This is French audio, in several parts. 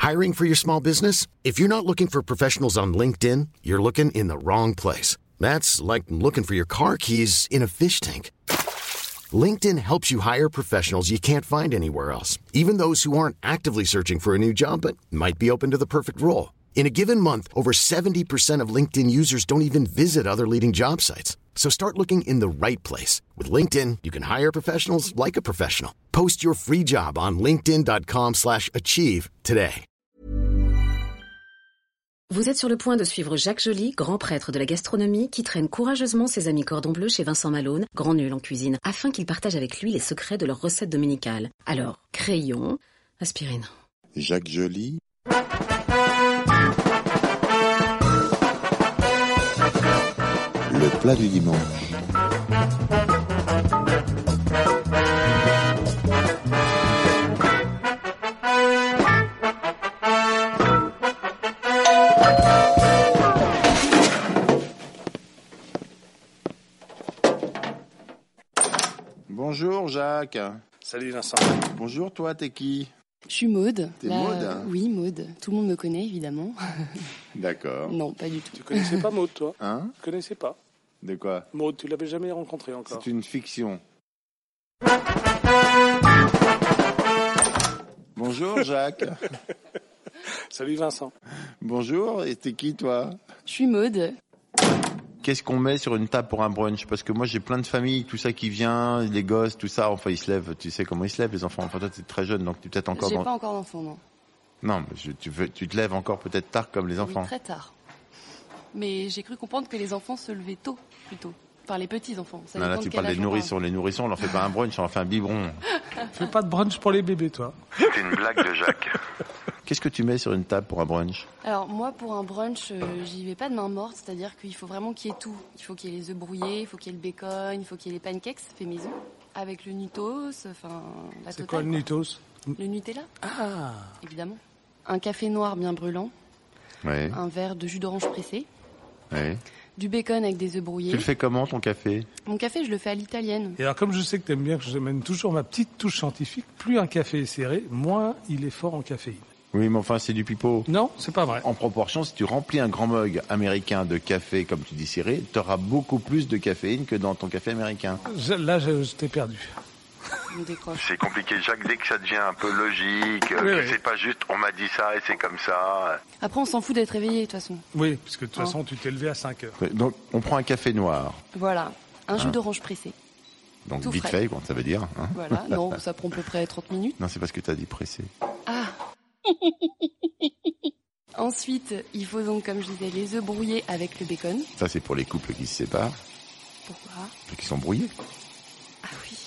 Hiring for your small business? If you're not looking for professionals on LinkedIn, you're looking in the wrong place. That's like looking for your car keys in a fish tank. LinkedIn helps you hire professionals you can't find anywhere else, even those who aren't actively searching for a new job but might be open to the perfect role. In a given month, over 70% of LinkedIn users don't even visit other leading job sites. So start looking in the right place. With LinkedIn, you can hire professionals like a professional. Post your free job on linkedin.com/achieve today. Vous êtes sur le point de suivre Jacques Joly, grand prêtre de la gastronomie, qui traîne courageusement ses amis cordon bleu chez Vincent Malone, grand nul en cuisine, afin qu'il partage avec lui les secrets de leur recette dominicale. Alors, crayon, aspirine. Jacques Joly. Le plat du dimanche. Bonjour Jacques. Salut Vincent. Bonjour, toi, t'es qui? Je suis Maude. T'es Maude? Oui, Maude. Tout le monde me connaît, évidemment. D'accord. Non, pas du tout. Tu connaissais pas Maude, toi? Hein? Tu connaissais pas? De quoi? Maude, tu l'avais jamais rencontré encore? C'est une fiction. Bonjour Jacques. Salut Vincent. Bonjour, et t'es qui toi? Je suis Maude. Qu'est-ce qu'on met sur une table pour un brunch? Parce que moi j'ai plein de familles, tout ça qui vient, les gosses, tout ça, enfin ils se lèvent, tu sais comment ils se lèvent les enfants. Enfin toi t'es très jeune donc tu es peut-être encore J'ai pas encore d'enfant, non. Non, mais tu te lèves encore peut-être tard comme les enfants. Oui, très tard. Mais j'ai cru comprendre que les enfants se levaient tôt, plutôt. Enfin, les petits-enfants. Ça Non, là dépend tu de quel parles des âge on nourrissons. Les nourrissons, on leur fait pas un brunch, on leur fait un biberon. Fais pas de brunch pour les bébés, toi. C'est une blague de Jacques. Qu'est-ce que tu mets sur une table pour un brunch? Alors, moi, pour un brunch, j'y vais pas de main morte. C'est-à-dire qu'il faut vraiment qu'il y ait tout. Il faut qu'il y ait les œufs brouillés, il faut qu'il y ait le bacon, il faut qu'il y ait les pancakes fait maison. Avec le nutos, enfin, la C'est totale. quoi le nutos? Le Nutella, Ah, évidemment. Un café noir bien brûlant. Ouais, Un verre de jus d'orange pressé. ouais. Du bacon avec des œufs brouillés. Tu le fais comment ton café? Mon café, je le fais à l'italienne. et alors comme je sais que t'aimes bien que je mène toujours ma petite touche scientifique, plus un café est serré, moins il est fort en caféine. Oui, mais enfin c'est du pipeau. Non, c'est pas vrai. En proportion, si tu remplis un grand mug américain de café, comme tu dis serré, tu auras beaucoup plus de caféine que dans ton café américain. Là, je t'ai perdu. On décroche. C'est compliqué, Jacques, dès que ça devient un peu logique, Oui, que oui. c'est pas juste on m'a dit ça et c'est comme ça. Après, on s'en fout d'être réveillé, de toute façon. Oui, puisque de toute façon, tu t'es levé à 5 heures. Donc on prend un café noir, Voilà. Un jus d'orange pressé. donc Tout vite frais. fait, quoi, ça veut dire. Hein. Voilà. Non, ça prend à peu près 30 minutes. Non, c'est parce que tu as dit pressé. Ah. Ensuite, il faut donc, comme je disais, les œufs brouillés avec le bacon. Ça, c'est pour les couples qui se séparent, Pourquoi? ceux qui sont brouillés. Ah oui.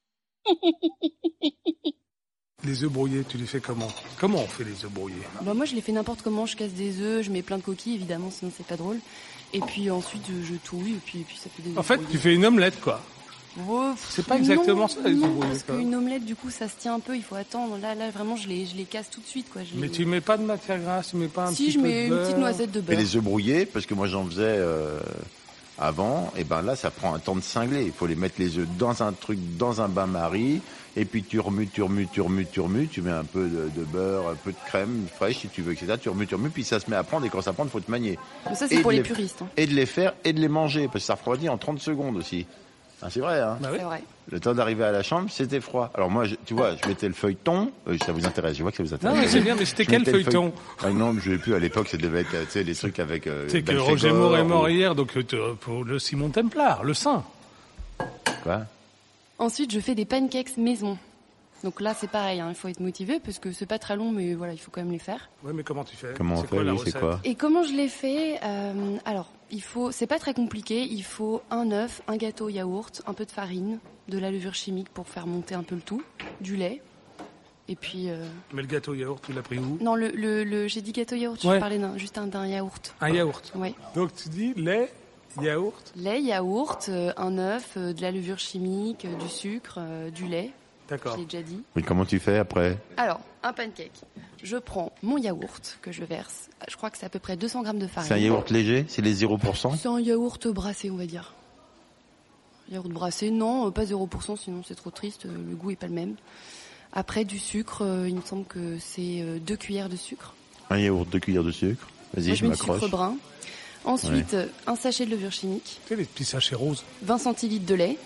Les œufs brouillés, tu les fais comment? Comment on fait les œufs brouillés? Bah, moi, je les fais n'importe comment. Je casse des œufs, je mets plein de coquilles, évidemment, sinon c'est pas drôle. Et puis ensuite, je touille, et puis ça fait des œufs En fait, brouillés. tu fais une omelette, quoi. Ouais, C'est pas exactement non, ça, les œufs non, brouillés, parce quoi. qu'une omelette, du coup, ça se tient un peu, il faut attendre. Là, vraiment, je les casse tout de suite, quoi. Mais tu mets pas de matière grasse, tu mets pas un Si, petit je peu mets de une petite beurre. noisette de Et beurre. les œufs brouillés, parce que moi j'en faisais avant, et ben là ça prend un temps de cingler. Il faut les mettre les œufs dans un truc, dans un bain-marie, et puis tu remues, tu mets un peu de beurre, un peu de crème fraîche si tu veux, etc. Tu remues, puis ça se met à prendre, et quand ça prend, il faut te manier. Mais ça, Et c'est pour de les les- puristes. Hein. Et de les faire, et de les manger, parce que ça refroidit en 30 secondes aussi. Ah, c'est vrai, hein. Bah oui. C'est vrai. Le temps d'arriver à la chambre, c'était froid. Alors moi, tu vois, je mettais le feuilleton, ça vous intéresse, je vois que ça vous intéresse. Non, mais c'est bien, mais c'était Je quel mettais le feuilleton? Ah non, mais je ne sais plus, à l'époque, ça devait être, tu sais, les trucs avec... C'est que Belphégor Roger Moore est ou- mort hier, donc pour le Simon Templar, le saint. Quoi? Ensuite, je fais des pancakes maison. Donc là, c'est pareil, hein, il faut être motivé, parce que c'est pas très long, mais voilà, il faut quand même les faire. Ouais, mais comment tu fais? Comment on C'est fait, quoi la oui, c'est recette? quoi? Et comment je les fais Alors, c'est pas très compliqué. Il faut un œuf, un gâteau au yaourt, un peu de farine, de la levure chimique pour faire monter un peu le tout, du lait, et puis... Mais le gâteau yaourt, tu l'as pris où? Non, j'ai dit gâteau yaourt, Ouais. je parlais d'un yaourt. Un yaourt. Ouais. Donc tu dis lait, yaourt, Lait, yaourt, un œuf, de la levure chimique, du sucre, du lait. d'accord. Je l'ai déjà dit. Oui, comment tu fais après? Alors, un pancake. Je prends mon yaourt que je verse. Je crois que c'est à peu près 200 grammes de farine. C'est un yaourt léger? C'est les 0%? C'est un yaourt brassé, on va dire. Yaourt brassé, non, pas 0%, sinon c'est trop triste, le goût est pas le même. Après, du sucre, il me semble que c'est 2 cuillères de sucre. Un yaourt, 2 cuillères de sucre. Vas-y, Moi, je mets du m'accroche. sucre brun. Ensuite, un sachet de levure chimique, Tu sais, les petits sachets roses. 20 centilitres de lait,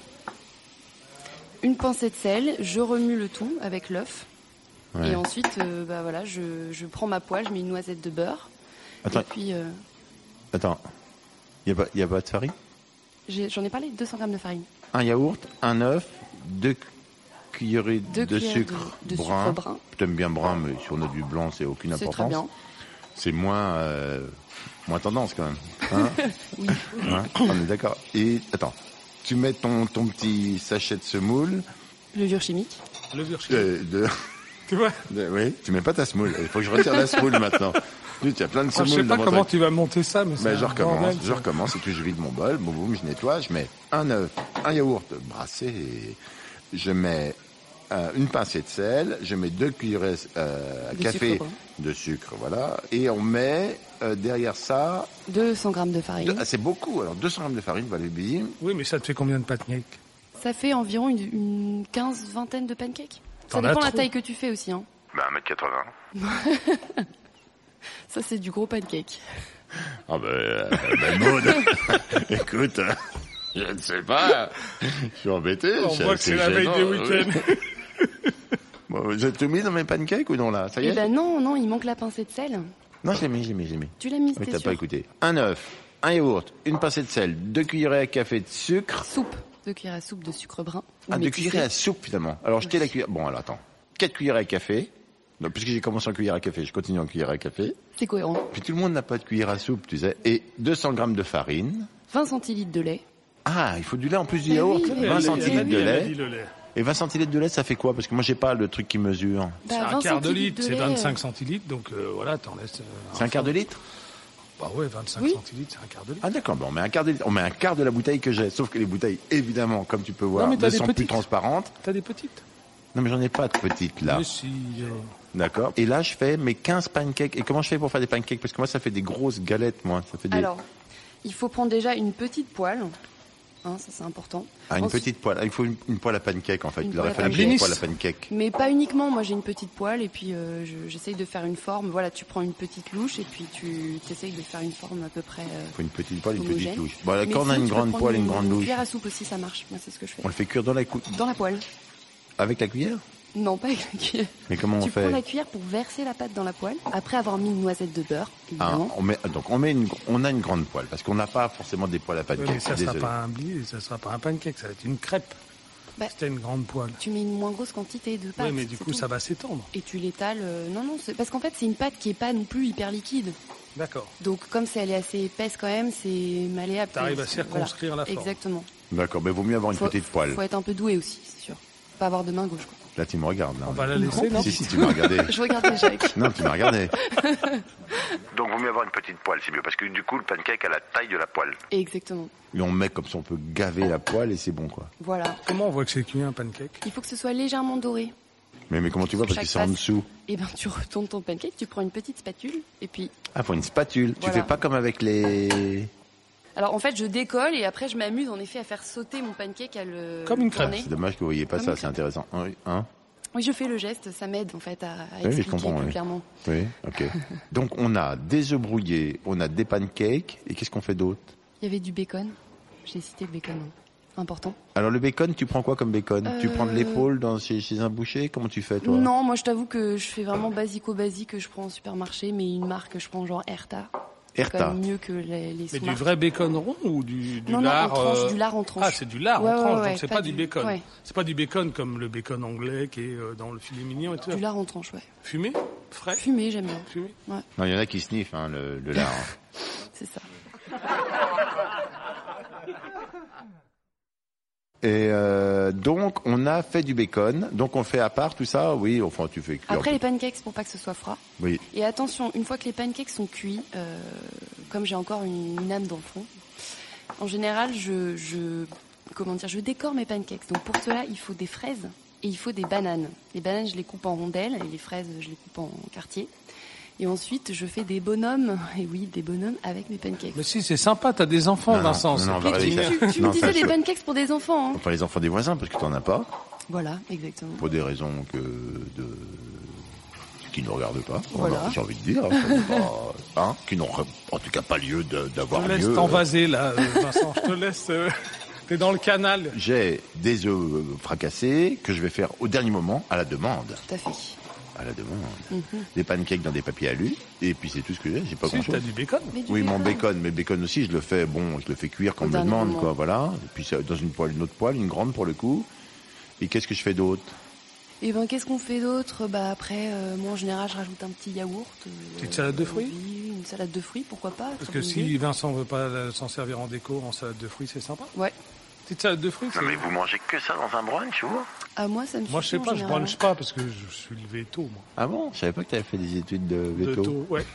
une pincée de sel. Je remue le tout avec l'œuf. Ouais. Et ensuite, voilà, je prends ma poêle, je mets une noisette de beurre. Attends. Et puis, Attends, il n'y a pas de farine? j'en ai parlé, 200 grammes de farine. Un yaourt, un œuf, 2 cuillerées Deux de cuillères sucre de brun. sucre brun. T'aimes bien brun, mais si on a du blanc, c'est aucune C'est importance. très bien. C'est moins tendance quand même. Hein? Oui. Hein, on est d'accord. Et attends, tu mets ton petit sachet de semoule. Levure chimique. Levure chimique. De, Tu vois oui, tu mets pas ta semoule. Il faut que je retire la semoule maintenant. Tu as plein de Je sais semoules pas dans mon comment truc. tu vas monter ça, mais c'est Ben, je un bordel, ça. recommence et puis je vide mon bol, boum boum, je nettoie, je mets un œuf, un yaourt brassé, et je mets une pincée de sel, je mets 2 cuillerées à De café sucre brun. de sucre, voilà, et on met derrière ça, 200 grammes de farine. c'est beaucoup, alors 200 grammes de farine, Valérie. Oui, mais ça te fait combien de pancakes? Ça fait environ une 15-20 de pancakes. Ça T'en as dépend de la trop. taille que tu fais aussi. Hein. Ben 1m80. Ça, c'est du gros pancake. Ah ben Maud, écoute, je ne sais pas, je suis embêté. On voit que c'est la veille des week-ends. Bon, vous êtes tout mis dans mes pancakes ou non là? Ça y Eh est? ben non, il manque la pincée de sel. Non, je l'ai mis. Tu l'as mise, Oui, t'es t'as sûr? pas écouté. Un œuf, un yaourt, une pincée de sel, 2 cuillerées à café de sucre. Soupe. 2 cuillères à soupe de sucre brun. Ah, 2 métissé. cuillerées à soupe finalement. Alors jetez la cuillère. Bon, alors attends. 4 cuillerées à café. Donc, puisque j'ai commencé en cuillère à café, je continue en cuillère à café. C'est cohérent. Puis tout le monde n'a pas de cuillère à soupe, tu sais. Et 200 grammes de farine. 20 centilitres de lait. Ah, il faut du lait en plus du Eh yaourt. oui, mais 20 oui, centilitres de Elle a lait. dit le lait. Et 20 centilitres de lait, ça fait quoi? Parce que moi, j'ai pas le truc qui mesure. C'est Bah, un 20 quart de centilitres litre, c'est lait, 25 centilitres, donc voilà, t'en laisses... C'est un quart de litre? Bah ouais, 25 Oui. centilitres, c'est un quart de litre. Ah d'accord, bon, on met un quart de litre. On met un quart de la bouteille que j'ai. Sauf que les bouteilles, évidemment, comme tu peux voir, Non, mais t'as ne des sont plus petites. transparentes. T'as des petites? Non, mais j'en ai pas de petites là. Mais si... D'accord. Et là, je fais mes 15 pancakes. Et comment je fais pour faire des pancakes? Parce que moi, ça fait des grosses galettes, moi. Ça fait des... Alors, il faut prendre déjà une petite poêle. Hein, ça, c'est important. Ah, une Ensuite- petite poêle. Ah, il faut une poêle à pancakes, en fait. Une Il aurait poêle à fallu une pancakes. poêle à pancakes. Mais pas uniquement. Moi, j'ai une petite poêle et puis j'essaye de faire une forme. Voilà, tu prends une petite louche et puis tu essayes de faire une forme à peu près Il faut une petite poêle, une petite homogène. louche. Bon, là, Mais quand on a sinon, une tu peux grande prendre poêle et une grande louche, cuillère à soupe aussi, ça marche. Moi, c'est ce que je fais. on le fait cuire dans Dans la poêle. avec la cuillère? Non, pas avec la cuillère. Mais comment on Tu fait? prends la cuillère pour verser la pâte dans la poêle. Après avoir mis une noisette de beurre, Ah, évidemment. on a une grande poêle. Parce qu'on n'a pas forcément des poêles à Ouais, pancakes. mais ça sera désolé. pas un blé, ça sera pas un pancake, ça va être une crêpe. Bah, C'était une grande poêle. Tu mets une moins grosse quantité de pâte. Oui, mais du c'est coup, tout. ça va s'étendre. Et tu l'étales. Non, c'est parce qu'en fait, c'est une pâte qui est pas non plus hyper liquide. D'accord. Donc, comme elle est assez épaisse quand même, c'est malléable. T'arrives à C'est- circonscrire la forme. Exactement. D'accord, mais vaut mieux avoir une petite poêle. Faut être un peu doué aussi, c'est sûr. Pas avoir de main gauche, quoi. Là, tu me regardes. Là. On va la laisser, Non, non? Si, tu m'as regardé. Je regarde déjà avec. Non, tu m'as regardé. Donc, vaut mieux avoir une petite poêle, c'est mieux. Parce que du coup, le pancake a la taille de la poêle. Exactement. Et on met comme ça, on peut gaver la poêle et c'est bon, quoi. Voilà. Comment on voit que c'est cuit un pancake? Il faut que ce soit légèrement doré. Mais comment tu vois? Parce que Chaque c'est en face. dessous. Et ben, tu retournes ton pancake, tu prends une petite spatule, et puis. Ah, faut une spatule. Voilà. Tu fais pas comme avec les... Alors, en fait, je décolle et après, je m'amuse en effet à faire sauter mon pancake à le. Comme une crêpe. tourner. C'est dommage que vous voyez pas Comme ça, une c'est crêpe. intéressant. Oui, hein? Oui, je fais le geste, ça m'aide en fait à je expliquer comprends, plus oui. clairement. Oui, ok. Donc, on a des œufs brouillés, on a des pancakes, et qu'est-ce qu'on fait d'autre? Il y avait du bacon. J'ai cité le bacon. Hein. Important. Alors, le bacon, tu prends quoi comme bacon? Tu prends de l'épaule chez un boucher? Comment tu fais, toi? Non, moi je t'avoue que je fais vraiment basico-basique, je prends au supermarché, mais une marque, je prends genre Erta. C'est quand Erta. même mieux que les Mais du sous-marques. vrai bacon rond ou du Non, lard en tranche, du lard en tranche. Ah, c'est du lard Ouais, en tranche, ouais, donc c'est pas pas du du- bacon. ouais. C'est pas du bacon comme le bacon anglais qui est dans le filet mignon et tout. Du lard en tranche, ouais. Fumé? Frais? Fumé, j'aime bien. Fumé? Ouais, Non, il y en a qui sniffent, hein, le lard. hein. c'est ça. Et donc, on a fait du bacon. Donc, on fait à part tout ça. Oui, enfin, tu fais cuire. Après les pancakes, pour pas que ce soit froid. Oui. Et attention, une fois que les pancakes sont cuits, comme j'ai encore une âme d'enfant, en général, je décore mes pancakes. Donc pour cela, il faut des fraises et il faut des bananes. Les bananes, je les coupe en rondelles et les fraises, je les coupe en quartiers. Et ensuite, je fais des bonhommes, et oui, des bonhommes avec mes pancakes. Mais si, c'est sympa, t'as des enfants, Non, Vincent. non, c'est non, on va pas réveiller ordinaire. ça. Tu me Non, disais ça, des je- pancakes pour des enfants, hein. Enfin, les enfants des voisins, parce que t'en as pas. Voilà, exactement. Pour des raisons qui ne regardent pas, Voilà. j'ai envie de dire, qui n'ont en tout cas pas lieu d'avoir Je te lieu. laisse t'envaser là, Vincent. Je te laisse. T'es dans le canal. J'ai des œufs fracassés que je vais faire au dernier moment à la demande. Tout à fait. À la demande. Des pancakes dans des papiers alu, et puis c'est tout ce que j'ai pas Si, grand-chose. t'as du bacon. Mais du Oui, mon bacon. bacon, mais le bacon aussi, je le fais cuire quand on me le dernier demande, moment. quoi, voilà. Et puis c'est dans une autre poêle, une grande pour le coup. Et qu'est-ce que je fais d'autre? Et ben qu'est-ce qu'on fait d'autre? Après, moi en général, je rajoute un petit yaourt. Petite salade de fruits? Oui, une salade de fruits, pourquoi pas? Parce très que bonne si idée. Vincent veut pas s'en servir en déco, en salade de fruits, c'est sympa. Ouais. Petite salade de fruits, c'est... Non mais vous mangez que ça dans un brunch, vous? Ah, moi, ça me Moi, je sais suffit pas, en je général. brunch pas parce que je suis le veto, moi. Ah bon? Je savais pas que tu avais fait des études de De veto. taux, ouais.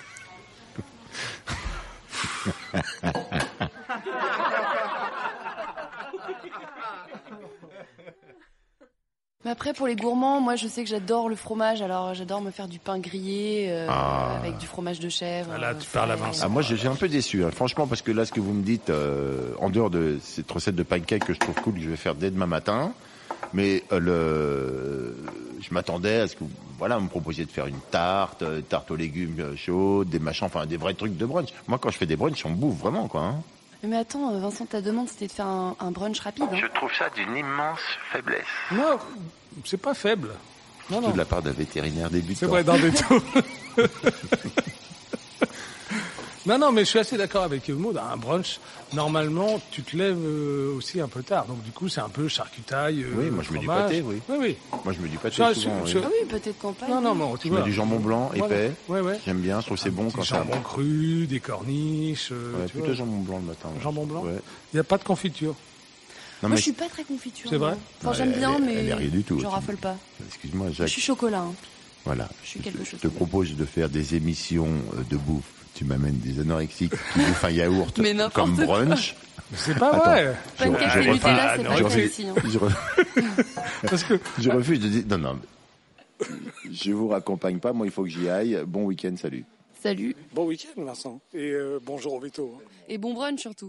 Mais après, pour les gourmands, moi, je sais que j'adore le fromage. Alors, j'adore me faire du pain grillé avec du fromage de chèvre. Ah, là, tu parles à Vincent. Ah, moi, j'ai un peu déçu, hein. Franchement, parce que là, ce que vous me dites, en dehors de cette recette de pancake que je trouve cool, que je vais faire dès demain matin, mais je m'attendais à ce que, voilà, vous me proposiez de faire une tarte aux légumes chaudes, des machins, enfin, des vrais trucs de brunch. Moi, quand je fais des brunchs, on bouffe vraiment, quoi, hein. Mais attends, Vincent, ta demande, c'était de faire un brunch rapide. Hein. Je trouve ça d'une immense faiblesse. Non, c'est pas faible. Non, Surtout non. de la part d'un vétérinaire débutant. C'est vrai, dans des taux. Non, mais je suis assez d'accord avec Maud. Un brunch, normalement, tu te lèves aussi un peu tard. Donc, du coup, c'est un peu charcutaille, Oui, moi, je mets du fromage. pâté, oui. Oui. Moi, je mets du pâté Ça, souvent, je- oui. Ah oui, peut-être campagne. Non, tu Je mets vois. du jambon blanc épais. Voilà. Ouais. J'aime bien, je trouve que c'est bon quand Petit ça... jambon cru, des corniches. Ouais, tu plutôt vois. jambon blanc le matin. ouais. Jambon blanc. Ouais. Il n'y a pas de confiture. Non, Moi, mais je suis pas très confiture. C'est vrai moi. Enfin, Ouais, j'aime bien, elle est- mais elle est rien du tout, je aussi. raffole pas. excuse-moi, Je Jacques. suis chocolat. Hein. Voilà. Je suis quelque chose te comme propose de faire des émissions de bouffe. Tu m'amènes des anorexiques qui bouffent un yaourt Mais n'importe comme quoi. brunch. C'est pas Attends. vrai. Pancake je et refuse- Nutella, c'est je pas je bon refuse- aussi. Hein. Parce que Je refuse de dire... Non. Je vous raccompagne pas. Moi, il faut que j'y aille. Bon week-end, salut. Salut. bon week-end, Vincent. Et bonjour au veto. Et bon brunch surtout.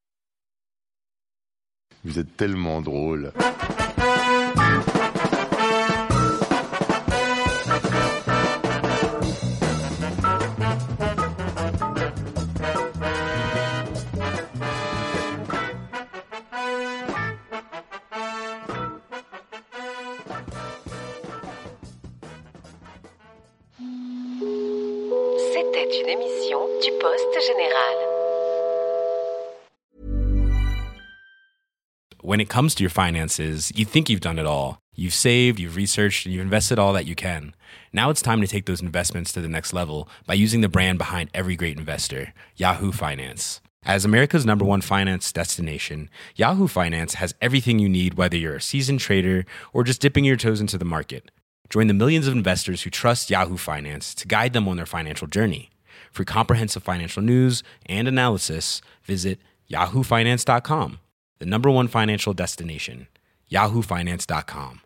Vous êtes tellement drôle. C'était une émission du Poste Général. When it comes to your finances, you think you've done it all. You've saved, you've researched, and you've invested all that you can. Now it's time to take those investments to the next level by using the brand behind every great investor, Yahoo Finance. As America's #1 finance destination, Yahoo Finance has everything you need, whether you're a seasoned trader or just dipping your toes into the market. Join the millions of investors who trust Yahoo Finance to guide them on their financial journey. For comprehensive financial news and analysis, visit yahoofinance.com, the #1 financial destination, yahoofinance.com.